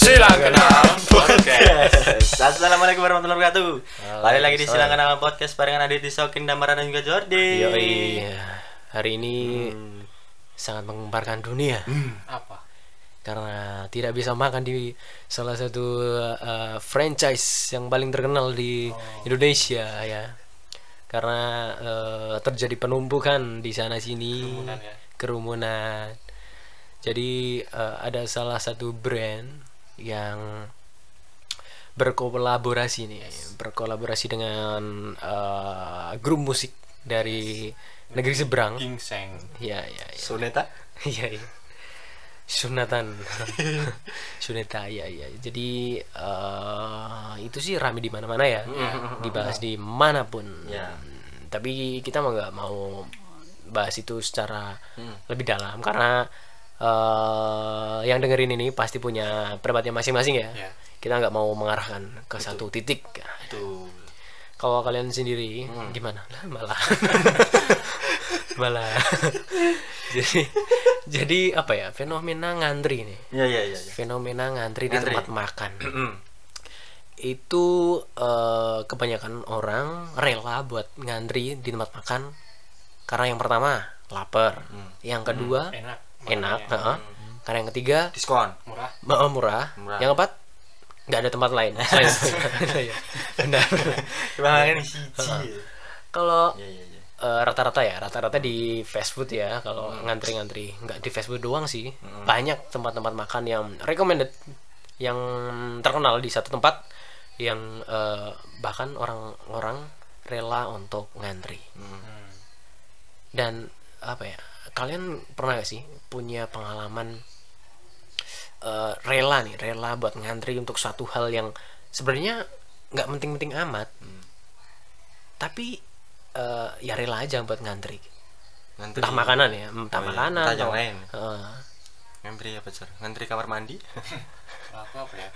Silang Kenal Podcast. Assalamualaikum warahmatullahi wabarakatuh. Balik lagi di Silang Kenal Podcast barengan Adit, Sokin, Damara dan juga Jordi. Yoi. Hari ini sangat menggemparkan dunia. Apa? Karena tidak bisa makan di salah satu franchise yang paling terkenal di Indonesia ya. Karena terjadi penumpukan di sana sini, kerumunan. Jadi ada salah satu brand yang berkolaborasi dengan grup musik dari negeri seberang. Gingseng. Ya. Suneta. Iya. Sunatan. Suneta ya. Jadi itu sih rame di mana-mana ya. Dibahas di manapun. Ya. Tapi kita nggak mau bahas itu secara lebih dalam karena yang dengerin ini pasti punya pendapatnya masing-masing ya. Kita nggak mau mengarahkan ke satu titik. Tuh. Kalau kalian sendiri gimana? Malah jadi apa ya, fenomena ngantri nih. Iya. Fenomena ngantri di tempat makan. Itu kebanyakan orang rela buat ngantri di tempat makan karena yang pertama lapar, yang kedua enak, karena yang ketiga Diskon. murah. Yang keempat nggak ada tempat lain. Benar. Kebanyakan siji. Kalau Iya. rata-rata di fast food ya, kalau ngantri nggak di fast food doang sih, banyak tempat-tempat makan yang recommended, yang terkenal di satu tempat yang bahkan orang-orang rela untuk ngantri. Dan apa ya, kalian pernah gak sih punya pengalaman rela buat ngantri untuk satu hal yang sebenarnya nggak penting-penting amat, tapi ya rela aja buat ngantri. Entah makanan ya, makanan entah atau yang lain. Ngantri apa, Cer? Ngantri kamar mandi? Apa ya?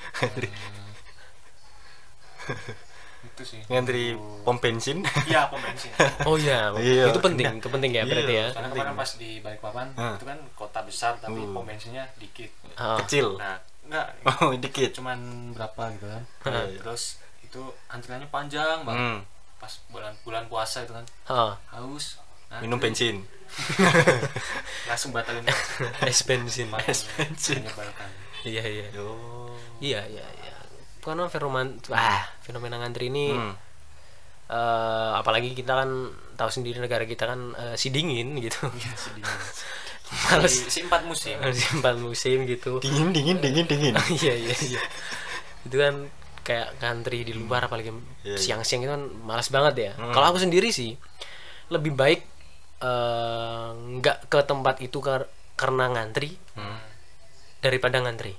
Itu sih. Ngantri pom bensin? Iya, pom bensin. Oh iya, Iya. itu penting ya berarti ya. Karena kemarin pas di Balikpapan itu kan kota besar tapi pom bensinnya dikit. Kecil. Nah, enggak. Oh, dikit. Cuman berapa gitu kan. Terus itu antriannya panjang banget. Pas bulan puasa itu kan. Haus. Minum bensin. Langsung batalin. Es bensin. Menyebalkan. Iya. Oh. Iya. Karena fenomena ngantri ini apalagi kita kan tahu sendiri negara kita kan si dingin gitu. Iya, sedih. Males Si 4 musim. si 4 musim gitu. Dingin. Iya. Itu kan kayak ngantri di luar apalagi siang-siang itu kan malas banget ya. Kalau aku sendiri sih lebih baik nggak ke tempat itu karena ngantri daripada ngantri.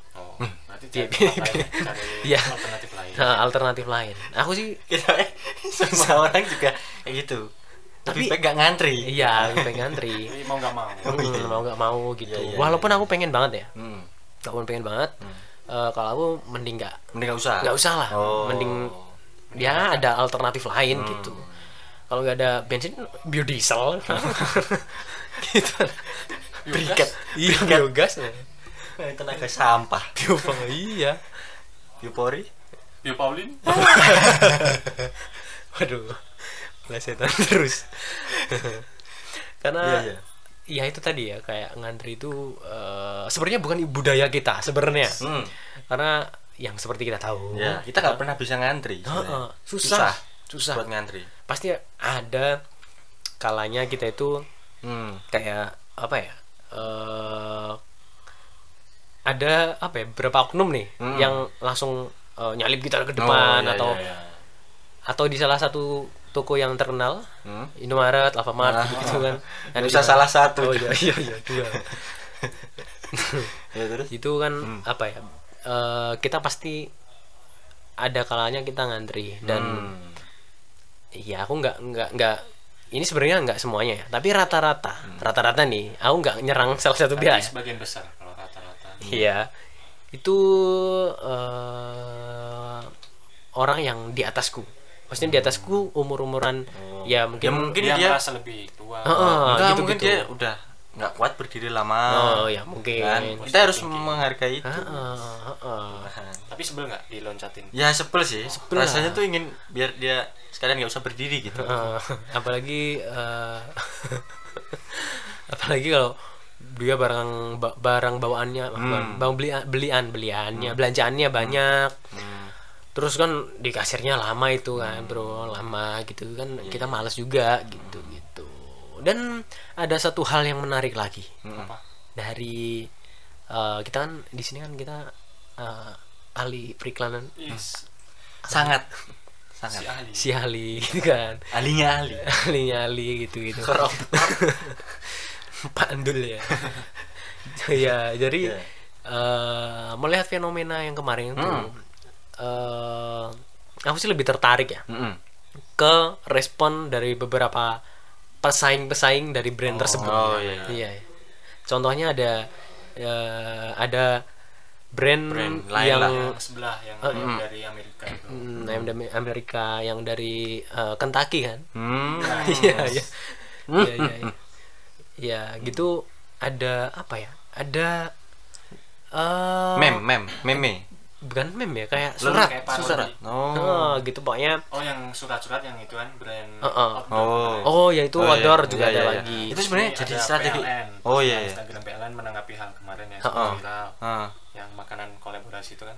Iya. Alternatif lain. Aku sih Semua orang juga kayak gitu. Tapi gak ngantri. Iya, pengen ngantri. Jadi mau nggak mau. Mau nggak mau gitu. Iya. Walaupun aku pengen banget ya. Walaupun pengen banget. Kalau aku mending Mending gak usah lah. Oh. Mending dia ada alternatif lain gitu. Kalau nggak ada bensin, biodiesel. Gitu. Briket. Iya, biogas. Tenaga sampah. Iya. Biopori. Bio Paulin. Waduh, lesetan terus. Karena Iya. ya itu tadi ya, kayak ngantri itu sebenarnya bukan budaya kita sebenarnya. Karena yang seperti kita tahu, Ya, kita gak pernah bisa ngantri. susah buat ngantri. Pasti ada kalanya kita itu kayak apa ya, ada apa ya, beberapa oknum nih yang langsung nyalip kita ke depan atau di salah satu toko yang terkenal, Indomaret, Alfamart gitu kan. Bisa salah satu. Oh iya dua. Ya, terus? Itu kan apa ya, kita pasti ada kalanya kita ngantri dan iya, aku nggak ini sebenarnya nggak semuanya ya, tapi rata-rata nih aku nggak nyerang salah satu pihak ya. Sebagian besar kalau rata-rata. Iya, itu orang yang di atasku, maksudnya di atasku umur-umuran ya mungkin dia merasa lebih tua. enggak, gitu, mungkin gitu. dia udah nggak kuat berdiri lama. Oh ya mungkin. Kan? Kita harus menghargai itu. Tapi sebel nggak diloncatin? Ya sebel sih. Sebel rasanya lah. tuh ingin biar dia sekalian nggak usah berdiri gitu. Apalagi apalagi kalau dia barang bawaannya, beliannya, belanjaannya banyak. Terus kan di kasirnya lama itu kan, bro, lama gitu kan, kita males juga gitu. Dan ada satu hal yang menarik lagi. Apa? Dari kita kan di sini kan kita ahli periklanan. Yes. Sangat. Si ahli gitu kan. Ahlinya ahli gitu. Pak Andul ya. Ya, jadi melihat fenomena yang kemarin tuh aku sih lebih tertarik ya ke respon dari beberapa pesaing dari brand tersebut. Iya. Contohnya ada brand yang sebelah yang dari Amerika itu. Amerika yang dari Kentucky kan. Iya. Ya gitu, ada apa ya? Ada meme. Bukan meme ya, kayak surat. Gitu pokoknya. Oh, yang surat-surat yang itu kan brand. Ya itu outdoor juga ada lagi. Itu sebenarnya jadi strategi. Instagram PLN menanggapi hal kemarin yang viral. Yang makanan kolaborasi itu kan.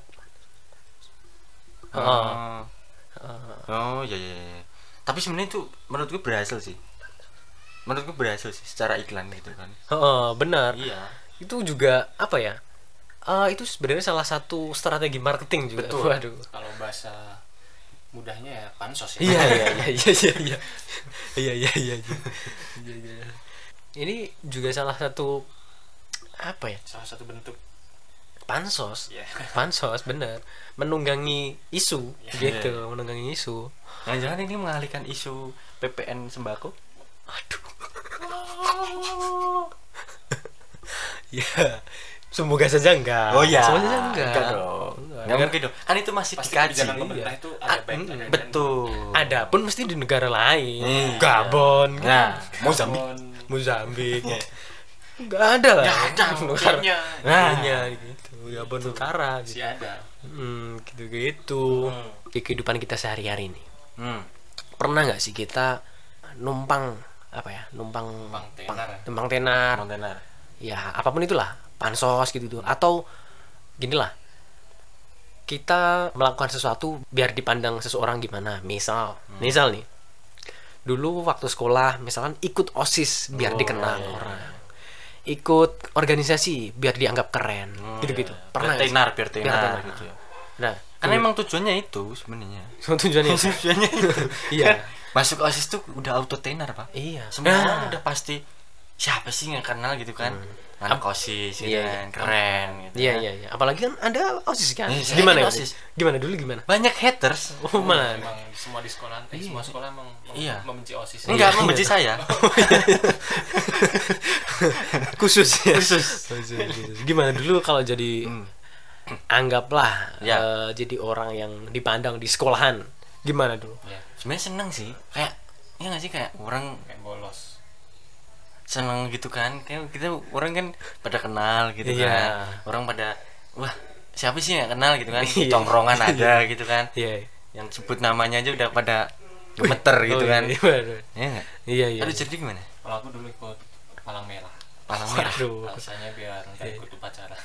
Tapi sebenarnya itu menurutku berhasil sih secara iklan gitu kan. Benar. Iya. Itu juga apa ya? Itu sebenarnya salah satu strategi marketing juga. Betul. Waduh. Kalau bahasa mudahnya ya pansos ya. Iya. Ini juga salah satu apa ya? Salah satu bentuk pansos. Pansos bener, menunggangi isu gitu, menunggangi isu. Jangan ini mengalihkan isu PPN sembako. Aduh. Ya. Semoga saja enggak. Semoga saja enggak dong. Enggak mungkin dong. Kan itu masih dikaji. Pemerintah itu ada baik ada betul. Ada pun mesti di negara lain. Gabon. Nah, Mozambik. Enggak ada lah. Kenya gitu. Gabon Utara gitu. ada. Gitu. Di kehidupan kita sehari-hari ini. Pernah enggak sih kita numpang tenar. Ya, apapun itulah. Pansos gitu tuh, atau ginilah, kita melakukan sesuatu biar dipandang seseorang gimana. Misal nih, dulu waktu sekolah misalkan ikut OSIS biar dikenal orang, ikut organisasi biar dianggap keren, gitu. Pernah biar tenar gitu. Nah, karena emang tujuannya itu sebenarnya. Tujuannya itu. Iya. Masuk OSIS tuh udah auto tenar, Pak. Iya. Semua udah pasti siapa sih yang kenal gitu kan. Anak OSIS gitu kan, keren gitu. Iya. Apalagi kan ada OSIS kan. Gimana OSIS? Gimana dulu gimana? Banyak haters. Mana? Emang semua di sekolah, semua sekolah emang membenci OSIS. Enggak membenci saya. Khusus. Gimana dulu kalau jadi anggaplah jadi orang yang dipandang di sekolahan, gimana dulu? Sebenarnya seneng sih, kayak ya nggak sih, kayak orang kayak bolos. Seneng gitu kan, kayak kita orang kan pada kenal gitu kan, orang pada wah siapa sih yang kenal gitu kan, tongkrongan ada gitu kan, yang sebut namanya aja udah pada gemeter gitu kan. Iya. Aduh, jadi gimana? Kalau aku dulu ikut Palang Merah. Alasannya biar nggak ikut upacara.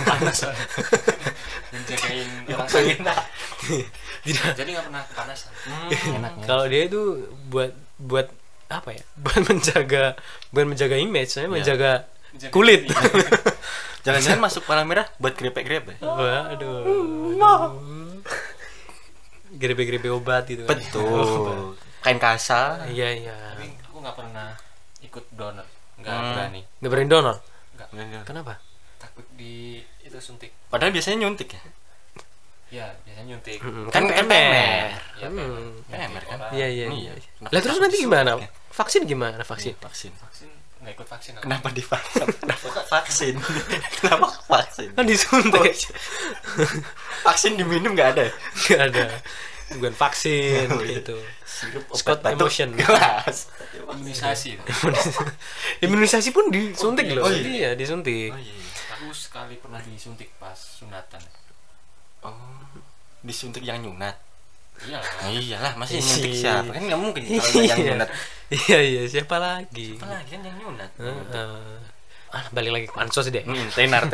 Menjagain orang sakit. Jadi nggak pernah kepanasan. Enaknya. Kalau dia itu buat apa ya? Bukan menjaga image, saya menjaga kulit. Jangan-jangan masuk Palang Merah buat grepek-grepek. Waduh. Grepek-grepek obat gitu. Betul. Kain kasa. Iya. Tapi aku nggak pernah ikut donor. Nggak berani. Nggak berani donor? Nggak. Kenapa? Takut itu suntik. Padahal biasanya nyuntik ya. Ya, biasanya nyuntik. Kan PMR. Ya, PMR kan. Iya. Lah terus nanti gimana? Vaksin gimana? Vaksin nggak ikut vaksin. Kenapa divaksin? Kenapa vaksin? Kenapa vaksin? Kan disuntik. Vaksin diminum nggak ada? Nggak ada. bukan vaksin gitu. Scott emotion. Imunisasi. Imunisasi pun disuntik loh. Iya, disuntik. Aku sekali pernah disuntik pas sunatan. Disuntik yang nyunat. Iyalah, masih nyuntik siapa? Kan enggak mungkin kalau yang nyunat. Iya, siapa lagi kan yang nyunat. Balik lagi ke pansos deh. Tenar.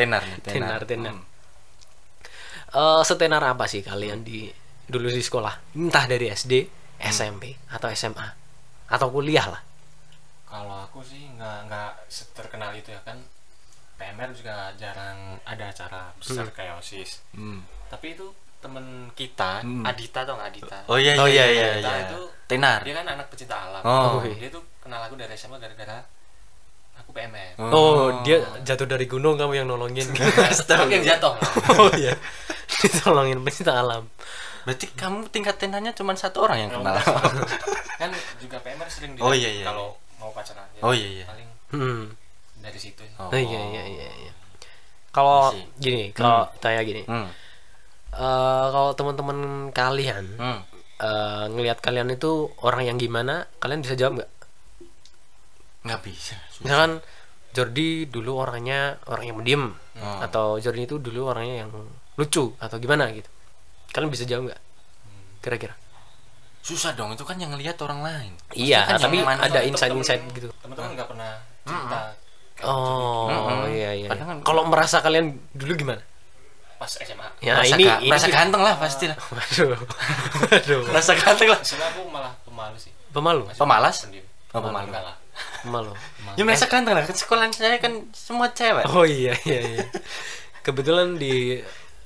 Setenar apa sih kalian dulu di sekolah? Entah dari SD, SMP atau SMA atau kuliah lah. Kalau aku sih nggak terkenal itu ya kan. PMR juga jarang ada acara besar kayak OSIS. Tapi itu temen kita, Adita tau nggak Adita? Oh iya. Itu tenar. Dia kan anak pecinta alam. Dia tuh kenal aku dari SMA gara-gara aku PMR. Dia jatuh dari gunung, kamu yang nolongin. Aku yang jatuh. Oh iya. Ditolongin pecinta alam. Berarti kamu tingkat tenarnya cuma satu orang yang kenal. Kan juga PMR sering kalau mau pacaran. Iya. Paling dari situ. Iya. Kalau gini, kalau tanya gini. Kalau teman-teman kalian ngelihat kalian itu orang yang gimana, kalian bisa jawab nggak? Nggak bisa. Misalkan Jordi dulu orangnya orang yang pendiam, atau Jordi itu dulu orangnya yang lucu atau gimana gitu, kalian bisa jawab nggak? Kira-kira? Susah dong, itu kan yang ngelihat orang lain. Iya, kan tapi ada insight gitu. Teman-teman nggak pernah cerita. Iya. Kalau merasa kalian dulu gimana? Pas SMA. Ya, merasa ganteng lah pasti lah. Waduh. Merasa ganteng lah. SMA aku malah pemalu sih. Pemalas? Pemalu. Enggak lah. Pemalu. Ya merasa ganteng lah. Sekolah saya kan semua cewek. Oh iya. Kebetulan di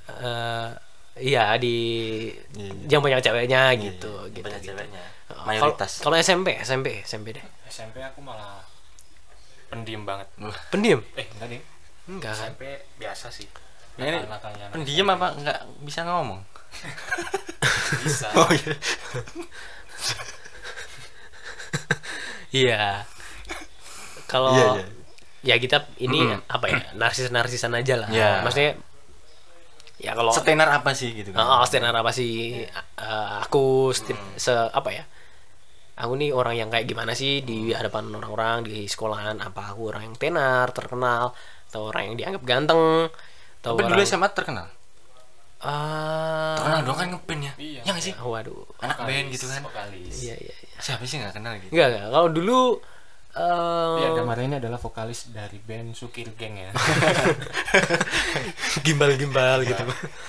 yang banyak ceweknya gitu. Banyak ceweknya. Mayoritas. Kalau SMP deh. SMP aku malah pendiam banget. Pendiam? Enggak deh. Enggak kan? SMP biasa sih. Ini pendiam apa enggak bisa ngomong? Bisa. Oh iya. Iya. Kalau ya kita ini apa ya, narsisan aja lah. Maksudnya ya kalau setenar apa sih gitu kan? Setenar apa sih? Aku apa ya? Aku nih orang yang kayak gimana sih di hadapan orang-orang di sekolahan? Apa aku orang yang tenar, terkenal, atau orang yang dianggap ganteng? Tapi dulu SMA terkenal? Terkenal dong kan ngeband ya? Iya nggak sih? Waduh. Anak band gitu kan? Iya. Siapa sih nggak kenal gitu? Enggak. Kalau dulu gambarnya ini adalah vokalis dari band Sukir Geng ya. Gimbal gitu.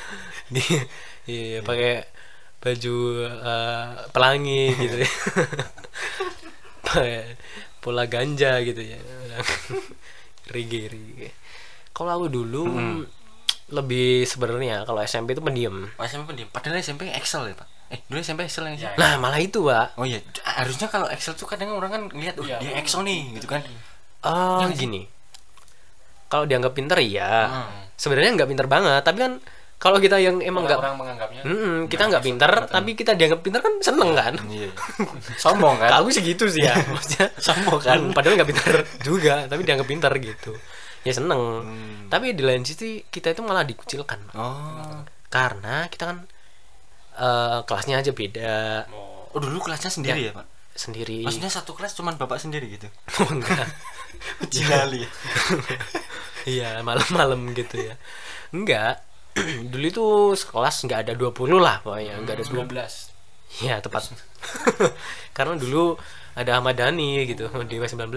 Iya, pakai baju pelangi gitu ya. Pakai pola ganja gitu ya. Reggae. Kalau aku dulu lebih sebenarnya kalau SMP itu pendiam. SMP pendiam. Padahal SMP Excel ya, Pak. Dulu SMP Excel yang sih. Nah, malah itu, Pak. Oh iya, harusnya kalau Excel tuh kadang orang kan ngelihat dia Excel nih gitu kan. Gini. Kalau dianggap pinter ya. Sebenarnya nggak pinter banget, tapi kan kalau kita yang emang nggak orang menganggapnya kita nggak pinter, tapi kita dianggap pinter kan seneng kan. Iya. Sombong kan? Aku sih gitu sih ya. Maksudnya sombong kan. Padahal nggak pinter juga, tapi dianggap pinter gitu. Ya seneng. Tapi di lain sisi kita itu malah dikucilkan. Karena kita kan kelasnya aja beda. Oh dulu kelasnya sendiri ya Pak? Sendiri. Maksudnya satu kelas cuman bapak sendiri gitu? Enggak. Jinali. Iya malam-malam gitu ya. Enggak. Dulu itu sekelas nggak ada 20 lah pokoknya. Nggak ada 12. Iya tepat. Karena dulu ada Ahmad Dhani gitu di W19.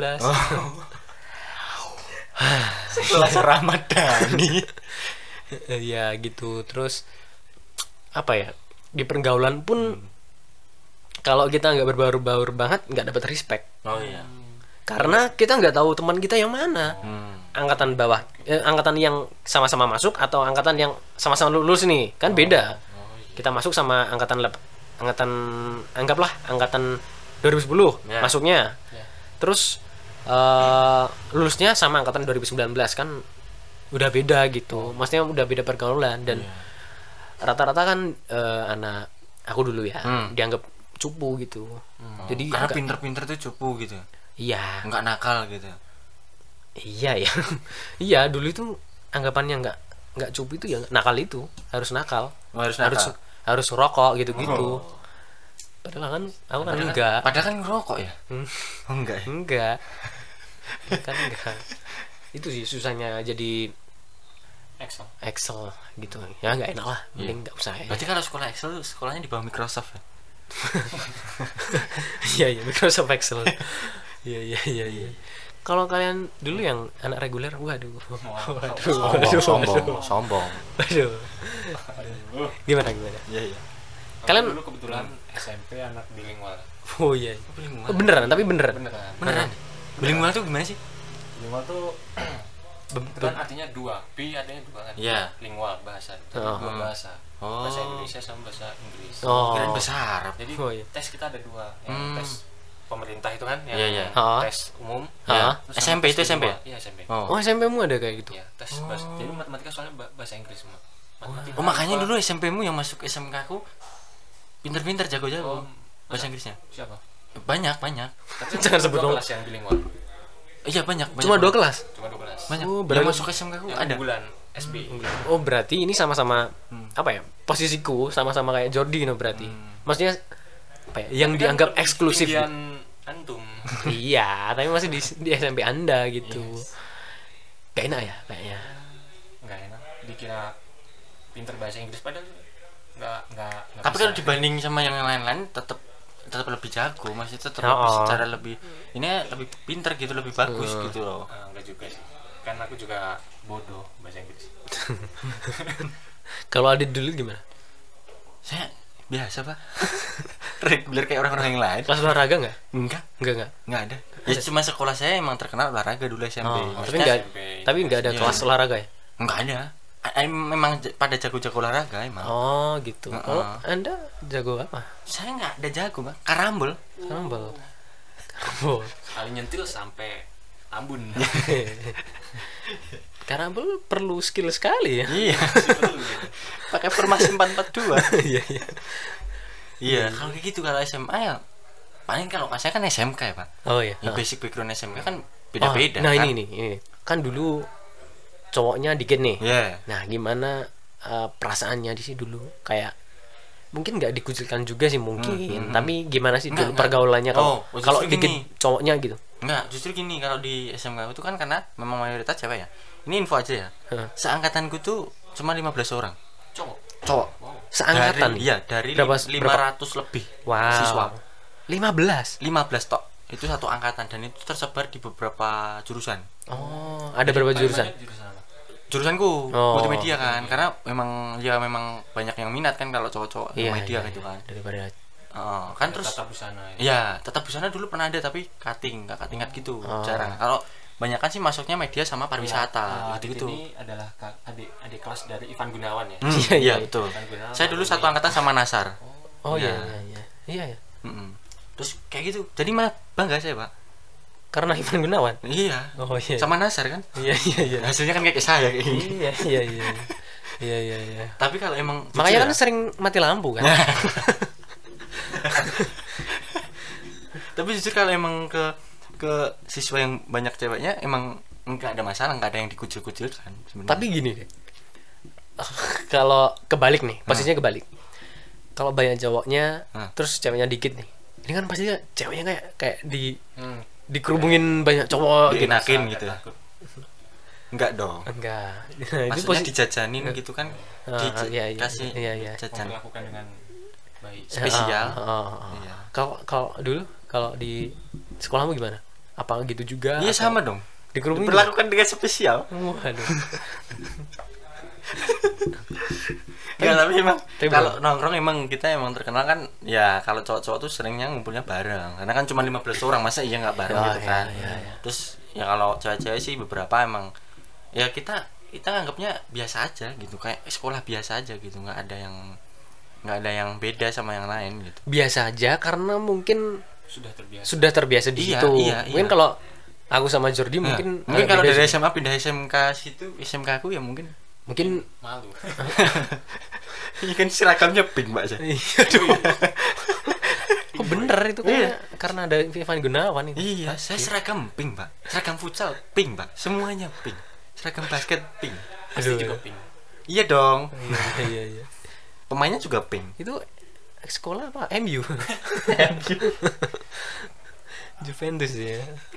Kelas Ramadhani. Ya gitu. Terus apa ya, di pergaulan pun kalau kita nggak berbaur-baur banget nggak dapat respect. Karena kita nggak tahu teman kita yang mana. Angkatan bawah, angkatan yang sama-sama masuk atau angkatan yang sama-sama lulus nih kan beda. Kita masuk sama angkatan anggaplah angkatan 2010 masuknya. Terus lulusnya sama angkatan 2019 kan udah beda gitu. Maksudnya udah beda pergaulan dan rata-rata kan anak aku dulu ya dianggap cupu gitu. Jadi karena pinter-pinter tuh cupu gitu. Iya. Nggak nakal gitu. Iya ya. Iya dulu itu anggapannya nggak cupu itu ya nakal itu harus nakal. harus rokok gitu-gitu. Padahal kan aku kan enggak. Padahal kan ngerokok ya. Oh enggak. Enggak. Kan enggak. Itu sih susahnya jadi Excel gitu. Ya enggak enak lah. Mending enggak usah ya. Berarti kalau sekolah Excel sekolahnya di bawah Microsoft ya. Iya Microsoft Excel. Iya. Kalau kalian dulu yang anak reguler, waduh. Sombong. Waduh. Gimana? Iya. Kalian dulu kebetulan SMP anak bilingual. Oh iya. Beneran, tapi beneran. Bilingual tuh gimana sih? Bilingual tuh kan artinya dua, artinya dua kan. Iya. Lingual bahasa. Dua bahasa. Bahasa Indonesia sama bahasa Inggris. Kirain bahasa Arab. Jadi tes kita ada dua, yang tes pemerintah itu kan, yang tes umum. SMP itu SMP ya? Iya SMP. Oh SMP mu ada kayak gitu? Iya tes bahasa. Jadi matematika soalnya bahasa Inggris semua. Oh makanya dulu SMP mu yang masuk SMK aku pinter-pinter jago-jago bahasa Inggrisnya. Siapa? Banyak. Tapi jangan sebut dong. Kelas yang bilingual. Iya banyak. Cuma 2 kelas. Banyak. Oh, yang masuk SMK aku ada. Bulan SB. Oh berarti ini sama-sama apa ya? Posisiku sama-sama kayak Jordi no berarti. Maksudnya apa ya? Yang dianggap eksklusif. Antum. Iya, tapi masih di SMP Anda gitu. Gak enak ya kayaknya. Gak enak. Dikira pinter bahasa Inggris padahal enggak. Tapi kalau dibanding sama yang lain-lain tetap lebih jago, masih tetap lebih secara lebih ini lebih pinter gitu, lebih bagus gitu loh. Enggak juga sih. Kan aku juga bodoh bahasa Inggris. Kalau Adit dulu gimana? Saya biasa pak. Reguler kayak orang-orang yang lain. Kelas olahraga nggak? Enggak ada. Ya cuma sekolah saya emang terkenal olahraga dulu SMP. Tapi nggak ada kelas olahraga ya? Enggak ada. Memang pada jago-jago olahraga emang. Oh gitu. Oh Anda jago apa? Saya nggak ada jago pak. Karambol. Kali nyentil sampai Ambon. Karambol perlu skill sekali ya. Iya. Pakai formasi 442. Iya. Kalau kayak gitu kalau SMA ya paling kalau saya kan SMK ya pak. Oh iya. Basic background SMK kan beda-beda. Nah kan? ini kan dulu cowoknya dikit nih. Yeah. Nah gimana perasaannya di sini dulu kayak mungkin nggak dikucilkan juga sih mungkin. Tapi gimana sih dulu pergaulannya kalau dikit cowoknya gitu? Enggak, justru gini kalau di SMK itu kan karena memang mayoritas cewek ya. Ini info aja ya. Seangkatanku tuh cuma 15 orang. Cowok. Wow. Seangkatan? Dari 500 lebih siswa. 15 tok. Itu satu angkatan dan itu tersebar di beberapa jurusan. Oh, ada berapa jurusan? Jurusanku multimedia kan, karena memang banyak yang minat kan kalau cowok-cowok media gitu kan. Daripada kan terus tata busana tata busana dulu pernah ada tapi nggak cutting gitu, jarang. Kalau banyak kan sih masuknya media sama pariwisata gitu. Ini adalah adik kelas dari Ivan Gunawan ya. Iya betul. Saya dulu satu angkatan sama Nasar. Oh iya. Terus kayak gitu, jadi malah bangga saya pak. Karena Ivan Gunawan. Iya. Oh iya. Sama Nasar kan. Iya. Hasilnya kan kayak saya kayak gini. Iya. Tapi kalau emang makanya kan sering mati lampu kan. Tapi jujur kalau emang ke siswa yang banyak ceweknya emang nggak ada masalah, nggak ada yang dikucil-kucilkan sebenarnya. Tapi gini deh, kalau kebalik nih, posisinya kebalik. Kalau banyak cowoknya, terus ceweknya dikit nih, ini kan pastinya ceweknya kayak dikerubungin banyak cowok, dienakin gitu. Enggak dong. Enggak. Maksudnya dijajanin gitu kan, kasih jajan. Dilakukan dengan baik. Spesial. Kalau dulu kalau di sekolahmu gimana? Apa gitu juga? Iya sama dong. Diperlakukan dengan spesial. Waduh. Ya tapi emang kalau nongkrong emang kita emang terkenal kan ya kalau cowok-cowok tuh seringnya ngumpulnya bareng. Karena kan cuma 15 orang, masa iya enggak bareng gitu kan. Terus ya kalau cewek-cewek sih beberapa emang ya kita anggapnya biasa aja gitu, kayak sekolah biasa aja gitu, nggak ada yang beda sama yang lain gitu. Biasa aja karena mungkin sudah terbiasa di situ. Mungkin kalau aku sama Jordi mungkin kalau dari SMA pindah SMK situ, SMK aku ya mungkin malu. Ini kan seragamnya pink mbak saya. Kok bener itu kan karena ada Ivan Gunawan itu. Iya, saya seragam pink mbak, seragam futsal pink mbak, semuanya pink, seragam basket pink. Pasti juga pink. Iya dong. Iya. Pemainnya juga pink. Itu sekolah apa? MU. Juventus ya.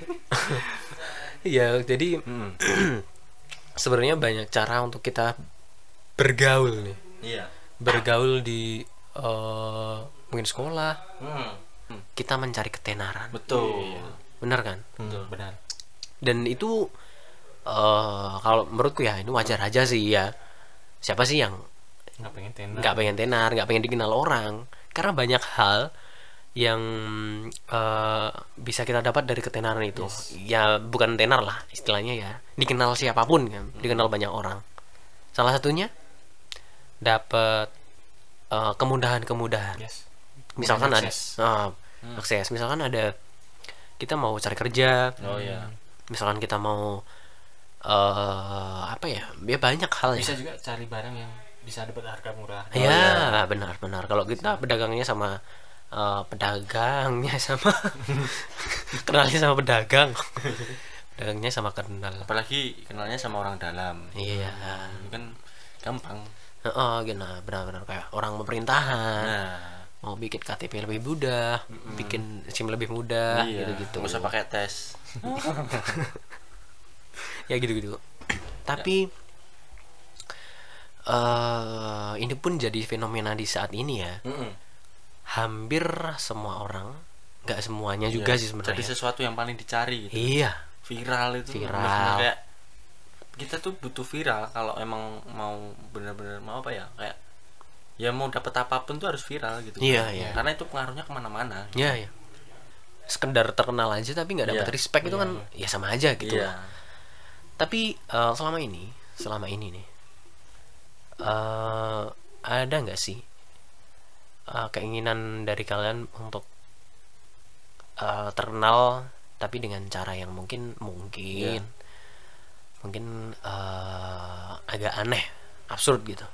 Iya, jadi sebenarnya banyak cara untuk kita bergaul nih. Iya. Bergaul di mungkin sekolah. Kita mencari ketenaran. Betul. Benar kan? Betul, benar. Dan itu kalau menurutku ya ini wajar aja sih ya. Siapa sih yang nggak pengen tenar, nggak pengen dikenal orang? Karena banyak hal yang bisa kita dapat dari ketenaran itu. Ya bukan tenar lah istilahnya ya. Dikenal siapapun kan, dikenal banyak orang. Salah satunya dapat kemudahan-kemudahan. Misalkan akses. ada akses. Misalkan ada kita mau cari kerja. Misalkan kita mau apa ya? Ya banyak hal. Bisa juga cari barang yang bisa dapat harga murah. Ya, benar. Kalau kita pedagangnya sama pedagangnya sama kenalnya sama pedagang. Pedagangnya sama kenal. Apalagi kenalnya sama orang dalam. Iya. Kan gampang. Benar kayak orang pemerintahan. Mau bikin KTP lebih mudah, bikin SIM lebih mudah, gitu-gitu. Nggak usah pakai tes. Ya gitu-gitu. Tapi ini pun jadi fenomena di saat ini ya. Hampir semua orang, nggak semuanya juga sih sebenarnya. Jadi sesuatu yang paling dicari gitu. Iya. Viral itu. Viral. Kayak kita tuh butuh viral kalau emang mau benar-benar mau apa ya, kayak ya mau dapat apapun tuh harus viral gitu. Iya. Karena itu pengaruhnya kemana-mana. Iya. Sekedar terkenal aja tapi nggak dapat respect itu kan ya sama aja gitu. Tapi selama ini nih ada nggak sih keinginan dari kalian untuk terkenal tapi dengan cara yang mungkin agak aneh, absurd gitu?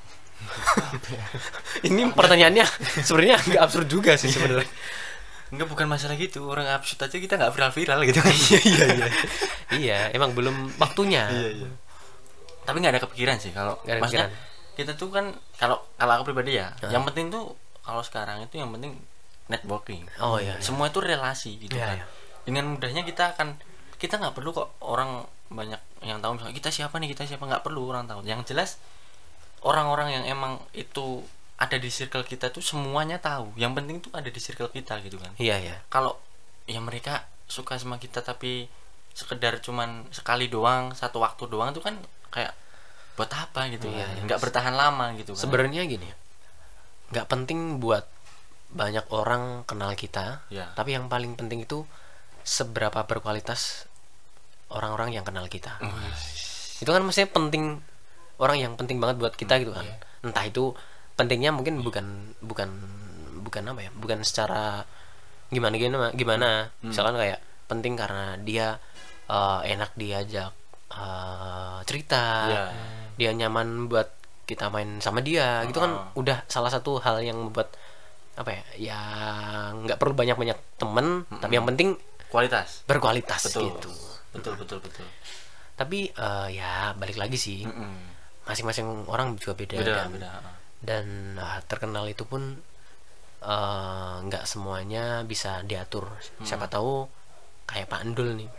Ini pertanyaannya sebenarnya agak absurd juga sih sebenarnya. Enggak, bukan masalah gitu, orang absurd aja kita nggak viral gitu kan. Iya, emang belum waktunya. Tapi nggak ada kepikiran sih kalau maksudnya kita tuh kan kalau aku pribadi ya, yang penting tuh kalau sekarang itu yang penting networking. Semua itu relasi gitu kan. Dengan mudahnya kita nggak perlu kok orang banyak yang tahu misalnya kita siapa, nggak perlu orang tahu. Yang jelas orang-orang yang emang itu ada di circle kita tuh semuanya tahu. Yang penting tuh ada di circle kita gitu kan. Kalau ya mereka suka sama kita tapi sekedar cuman sekali doang, satu waktu doang tuh kan kayak buat apa gitu ya, nggak bertahan lama gitu kan. Sebenarnya gini, nggak penting buat banyak orang kenal kita, tapi yang paling penting itu seberapa berkualitas orang-orang yang kenal kita. Itu kan maksudnya penting, orang yang penting banget buat kita gitu kan. Entah itu pentingnya mungkin bukan apa ya, bukan secara gimana. Misalkan kayak penting karena dia enak diajak cerita, dia nyaman buat kita main sama dia, gitu kan udah salah satu hal yang membuat apa ya, yang nggak perlu banyak temen, tapi yang penting berkualitas. Betul. Gitu. Betul. Tapi ya balik lagi sih, masing-masing orang juga beda. Dan terkenal itu pun nggak semuanya bisa diatur. Siapa tahu kayak Pak Endul nih,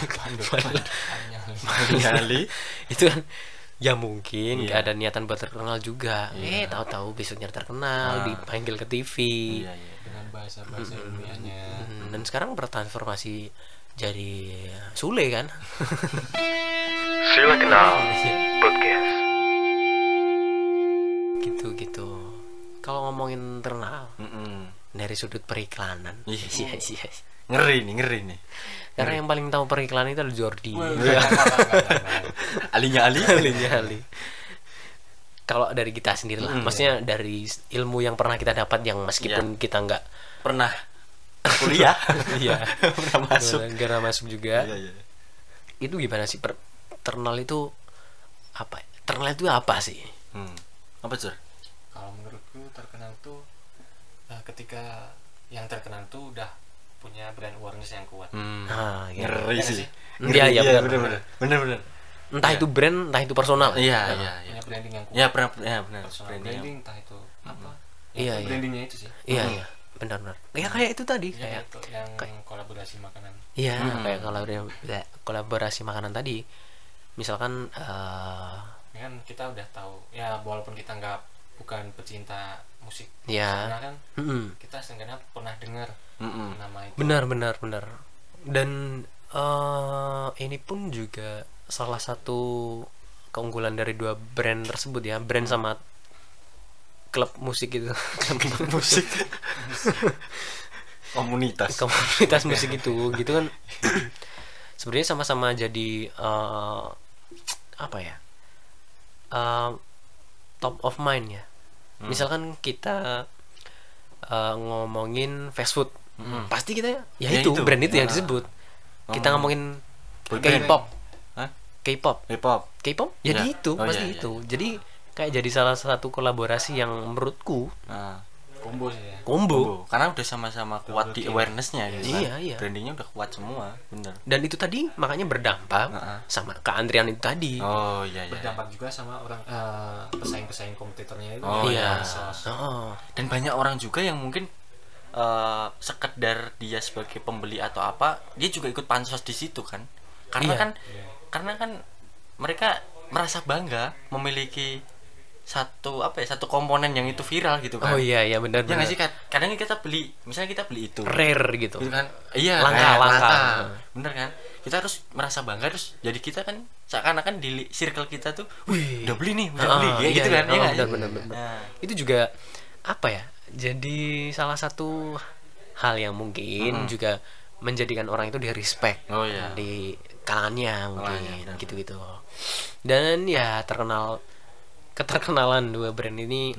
itu kan ya mungkin nggak ada niatan buat terkenal juga. Tahu-tahu besoknya terkenal, dipanggil ke TV dengan bahasa ilmiahnya. Dan sekarang bertransformasi jadi Sule kan. Sila Kenal Podcast. Gitu. Kalau ngomongin terkenal dari sudut periklanan, ngeri nih. Karena yang paling tahu periklanan itu adalah Jordi. Alinya Ali. Kalau dari kita sendiri lah, maksudnya dari ilmu yang pernah kita dapat, yang meskipun kita nggak pernah kuliah, pernah masuk juga. Itu gimana sih terkenal itu apa? Terkenal itu apa sih? Apa Sur? Kalau menurutku terkenal tuh ketika yang terkenal tuh udah punya brand awareness yang kuat. Ngeri sih. Iya benar. entah itu brand, entah itu personal. Iya. Punya branding yang kuat. Ya benar. Personal branding, entah itu apa. Iya. Brandingnya itu sih. Iya. Benar. Ya kayak itu tadi, Ya, kayak itu yang kolaborasi makanan. iya, kayak kolaborasi makanan tadi. Misalkan Ini kan kita udah tahu ya, walaupun kita bukan pecinta musik, ya. karena kan kita seenggaknya pernah dengar nama itu. Benar. Dan ini pun juga salah satu keunggulan dari dua brand tersebut ya, brand sama klub musik itu. Klub musik. komunitas musik itu gitu kan. Sebenarnya sama-sama jadi apa ya, top of mind ya. Misalkan kita ngomongin fast food, pasti kita ya itu brand itu yang disebut. Kita ngomongin K-pop jadi itu pasti itu. Jadi kayak jadi salah satu kolaborasi yang menurutku Combo sih ya. Combo. Karena udah sama-sama kuat di awareness-nya gitu kan. Iya. Brandingnya udah kuat semua, bener. Dan itu tadi makanya berdampak sama keantrian itu tadi. Oh iya. Berdampak juga sama orang pesaing-pesaing kompetitornya itu. Oh iya. Dan banyak orang juga yang mungkin sekedar dia sebagai pembeli atau apa, dia juga ikut pansos di situ kan. Karena kan mereka merasa bangga memiliki satu komponen yang itu viral gitu kan. Oh iya benar. Ya nggak sih, kadang kita beli, misalnya kita beli itu rare gitu kan. Iya, langka. Bener kan, kita harus merasa bangga, terus jadi kita kan seakan-akan di circle kita tuh, wih udah beli nih, gitu kan. Iya benar. Itu juga apa ya, jadi salah satu hal yang mungkin juga menjadikan orang itu di respect di kalangannya mungkin gitu. Dan ya keterkenalan dua brand ini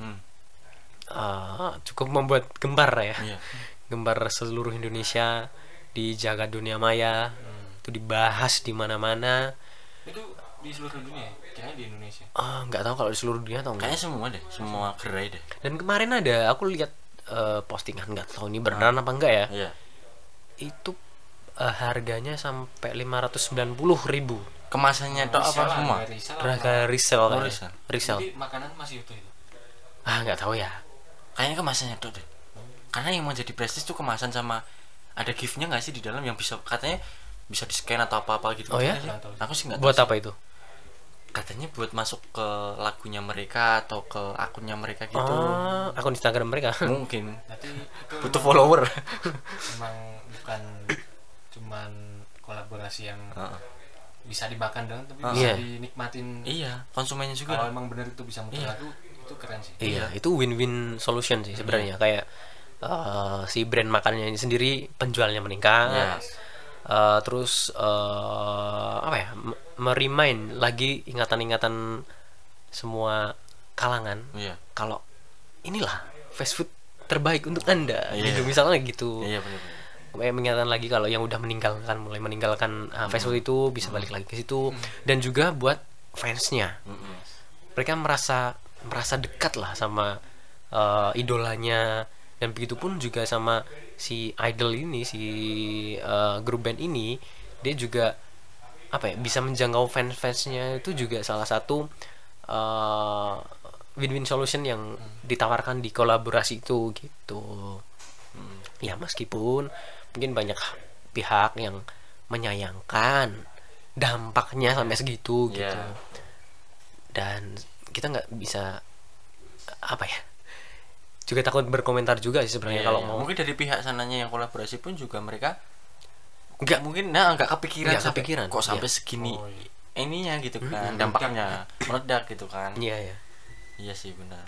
cukup membuat gembar ya. Gembar seluruh Indonesia, di jagat dunia maya. Itu dibahas di mana-mana. Itu di seluruh dunia, kayaknya di Indonesia. Nggak tahu kalau di seluruh dunia atau enggak. Kayaknya semua deh, semua gerai deh. Dan kemarin aku lihat postingan, nggak tahu ini beneran apa enggak ya. Iya. Itu harganya sampai 590.000. Kemasannya itu apa semua? Raga resell. Jadi makanan masih utuh itu. Nggak tahu ya. Kayaknya kemasannya itu deh. Karena yang mau jadi prestis tuh kemasan sama ada giftnya nggak sih di dalam yang katanya bisa di scan atau apa gitu. Oh ya? Aku sih nggak tahu. Buat apa itu? Katanya buat masuk ke lagunya mereka atau ke akunnya mereka gitu. Akun Instagram mereka. Mungkin. Berarti itu butuh follower. Emang bukan cuman kolaborasi yang bisa dimakan dong, tapi bisa dinikmatin. Iya, konsumennya juga. Kalau emang benar itu bisa muter lagu, itu keren sih. Iya, itu win-win solution sih sebenarnya. Kayak si brand makanannya ini sendiri penjualnya meningkat. Terus merimain lagi ingatan-ingatan semua kalangan. Kalau inilah fast food terbaik untuk Anda. Gitu misalnya gitu. Iya, benar. Mengingatkan lagi kalau yang udah mulai meninggalkan fast food itu bisa balik lagi ke situ. Dan juga buat fansnya, mereka merasa dekat lah sama idolanya. Dan begitu pun juga sama si idol ini, si grup band ini, dia juga bisa menjangkau fansnya. Itu juga salah satu win-win solution yang ditawarkan di kolaborasi itu gitu. Ya meskipun mungkin banyak pihak yang menyayangkan dampaknya sampai segitu gitu. Dan kita nggak bisa juga takut berkomentar juga sih sebenarnya kalau mau. Mungkin dari pihak sananya yang kolaborasi pun juga mereka nggak kepikiran kok sampai segini ininya gitu kan, dampaknya meledak gitu kan. Iya sih benar.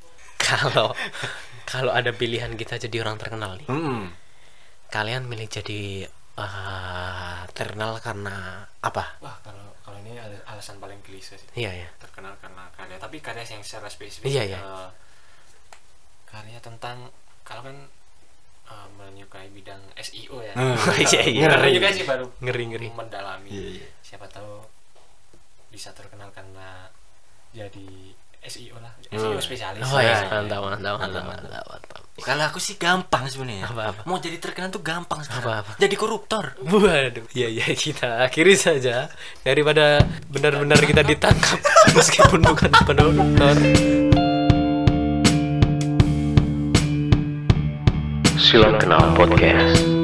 Kalau ada pilihan kita jadi orang terkenal nih, kalian milih jadi terkenal karena apa? Wah, kalau ini ada alasan paling klise sih. Iya. Terkenal karena karya, tapi karya yang secara spesifik. Iya. Karya tentang, kalau kan menyukai bidang SEO ya. Ngeri juga sih, baru ngeri mendalami. Siapa tahu bisa terkenal karena jadi SEO lah, SEO spesialis. Mantap. Kalau aku sih gampang sebenarnya. Apa-apa? Mau jadi terkenal tuh gampang sekarang. Apa-apa? Jadi koruptor. Waduh, iya kita akhiri saja daripada benar-benar kita ditangkap meskipun bukan koruptor. Silang Kenal Podcast.